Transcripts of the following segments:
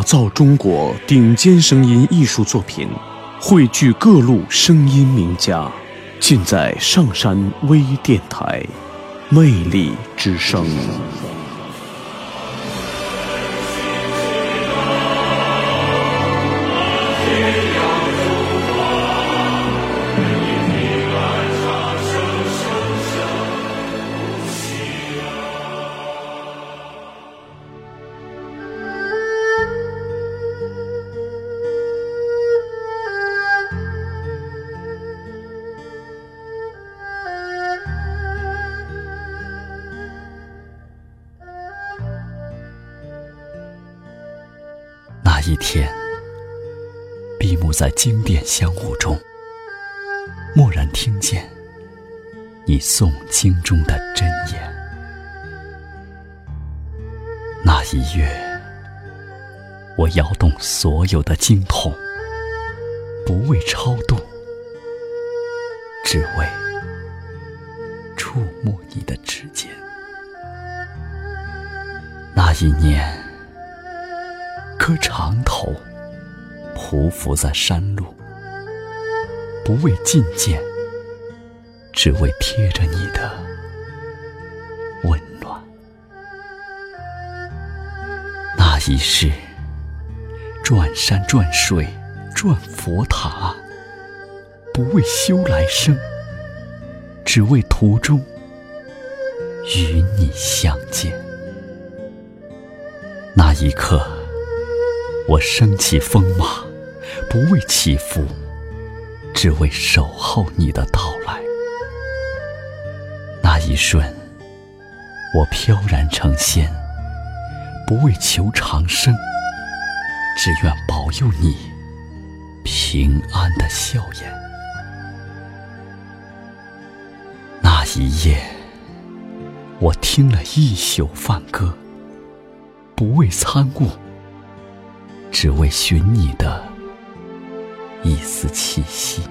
造中国顶尖声音艺术作品，汇聚各路声音名家，尽在上山微电台，魅力之声。 那一天，闭目在经典香雾中，蓦然听见你诵经中的真言。那一月，我摇动所有的经筒，不为超度，只为触摸你的指尖。那一年，棵长头匍匐在山路，不为觐见，只为贴着你的温暖。那一世，转山转水转佛塔，不为修来生，只为途中与你相见。那一刻，我升起风马，不为祈福，只为守候你的到来。那一瞬，我飘然成仙，不为求长生，只愿保佑你平安的笑颜。那一夜，我听了一宿梵歌，不为参悟，只为寻你的一丝气息。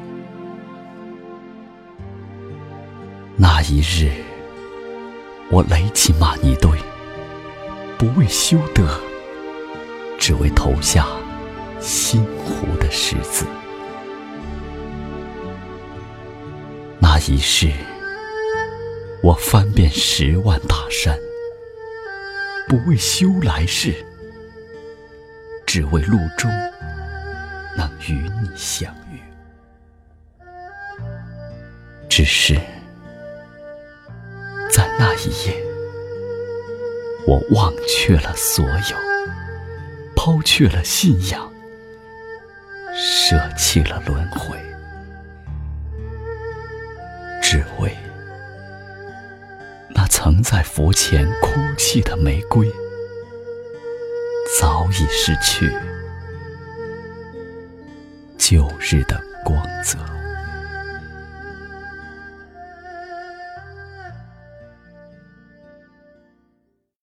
那一日，我垒起玛尼堆，不为修德，只为投下心湖的石子。那一世，我翻遍10万大山，不为修来世，只为路中能与你相遇。只是在那一夜，我忘却了所有，抛却了信仰，舍弃了轮回，只为那曾在佛前哭泣的玫瑰，早已失去旧日的光泽。